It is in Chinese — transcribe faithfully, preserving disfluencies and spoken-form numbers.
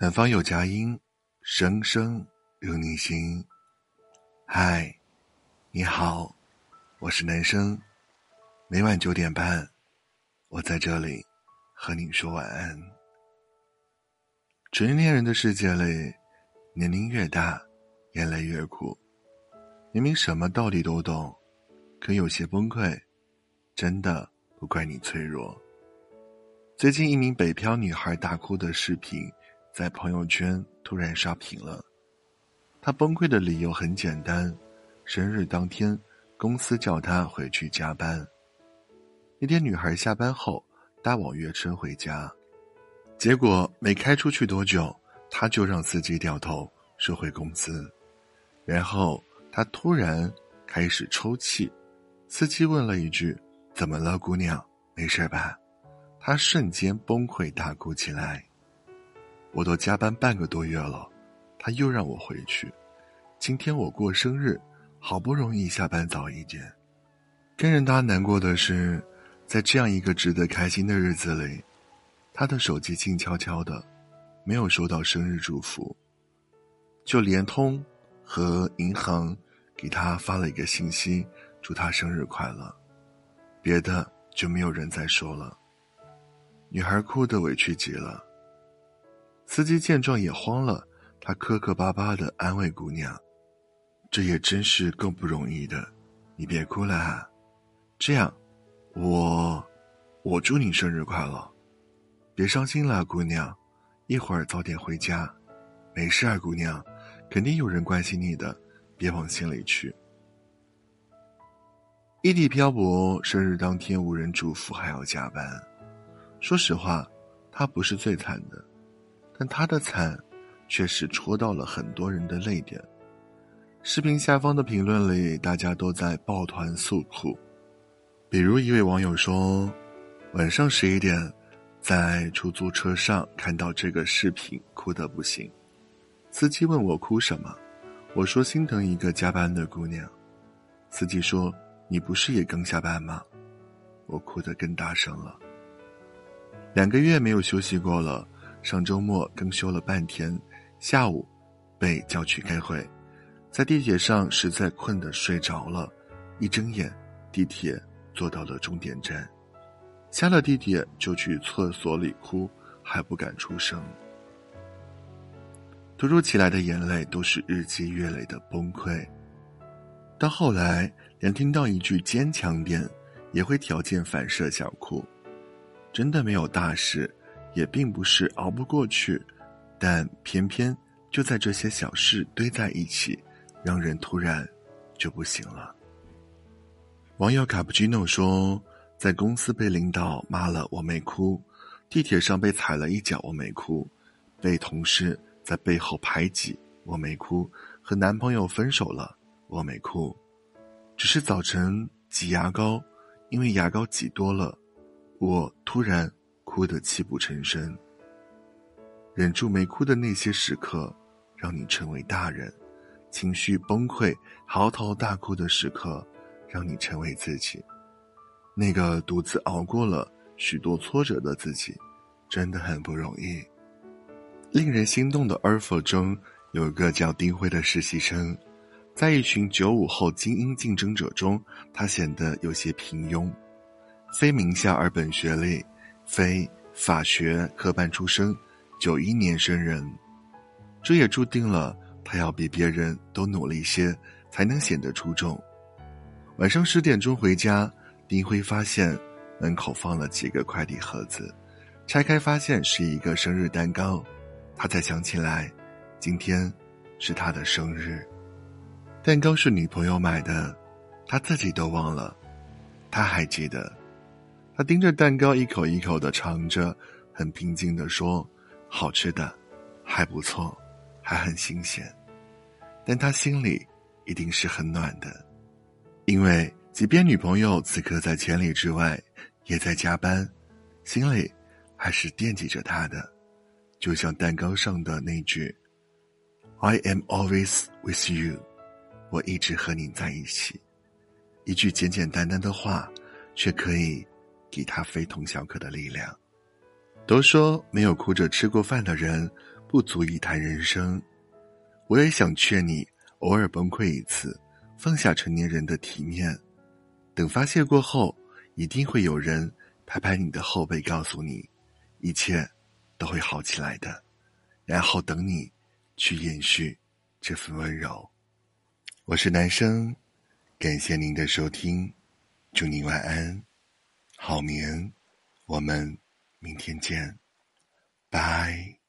南方有佳音，声声入你心。嗨，你好，我是男生。每晚九点半，我在这里和你说晚安。成年人的世界里，年龄越大，眼泪越苦。明明什么道理都懂，可有些崩溃，真的不怪你脆弱。最近一名北漂女孩大哭的视频在朋友圈突然刷屏了。她崩溃的理由很简单，生日当天公司叫她回去加班。那天女孩下班后搭网约车回家，结果没开出去多久，她就让司机掉头说回公司。然后她突然开始抽泣，司机问了一句：怎么了姑娘，没事吧？她瞬间崩溃大哭起来。我都加班半个多月了，他又让我回去。今天我过生日，好不容易下班早一点。更让他难过的是，在这样一个值得开心的日子里，他的手机静悄悄的，没有收到生日祝福。就联通和银行给他发了一个信息，祝他生日快乐，别的就没有人再说了。女孩哭得委屈极了。司机见状也慌了，他磕磕巴巴地安慰姑娘：这也真是够不容易的，你别哭了啊。这样，我我祝你生日快乐，别伤心了姑娘，一会儿早点回家。没事啊姑娘，肯定有人关心你的，别往心里去。异地漂泊，生日当天无人祝福还要加班。说实话，他不是最惨的，但他的惨确实戳到了很多人的泪点。视频下方的评论里，大家都在抱团诉苦。比如一位网友说，晚上十一点在出租车上看到这个视频，哭得不行。司机问我哭什么，我说心疼一个加班的姑娘。司机说，你不是也刚下班吗？我哭得更大声了。两个月没有休息过了，上周末更休了半天，下午被叫去开会，在地铁上实在困得睡着了，一睁眼地铁坐到了终点站，下了地铁就去厕所里哭，还不敢出声。突如其来的眼泪都是日积月累的崩溃，到后来连听到一句坚强点也会条件反射想哭。真的没有大事，也并不是熬不过去，但偏偏就在这些小事堆在一起，让人突然就不行了。网友卡布奇诺说，在公司被领导骂了我没哭，地铁上被踩了一脚我没哭，被同事在背后排挤我没哭，和男朋友分手了我没哭，只是早晨挤牙膏，因为牙膏挤多了，我突然哭得泣不成声。忍住没哭的那些时刻，让你成为大人；情绪崩溃嚎啕大哭的时刻，让你成为自己。那个独自熬过了许多挫折的自己，真的很不容易。令人心动的 O F O 中有一个叫丁辉的实习生，在一群九五后精英竞争者中，他显得有些平庸。非名校二本学历，非法学科班出身，九一年生人，这也注定了他要比别人都努力些，才能显得出众。晚上十点钟回家，丁辉发现门口放了几个快递盒子，拆开发现是一个生日蛋糕，他才想起来，今天是他的生日。蛋糕是女朋友买的，他自己都忘了，他还记得。他盯着蛋糕一口一口地尝着，很平静地说，好吃的，还不错，还很新鲜。但他心里一定是很暖的，因为即便女朋友此刻在千里之外，也在加班，心里还是惦记着他的。就像蛋糕上的那句 I am always with you， 我一直和你在一起。一句简简单单的话，却可以给他非同小可的力量。都说没有哭着吃过饭的人不足以谈人生。我也想劝你偶尔崩溃一次，放下成年人的体面，等发泄过后，一定会有人拍拍你的后背，告诉你一切都会好起来的，然后等你去延续这份温柔。我是男生，感谢您的收听，祝您晚安，好眠，我们明天见，拜。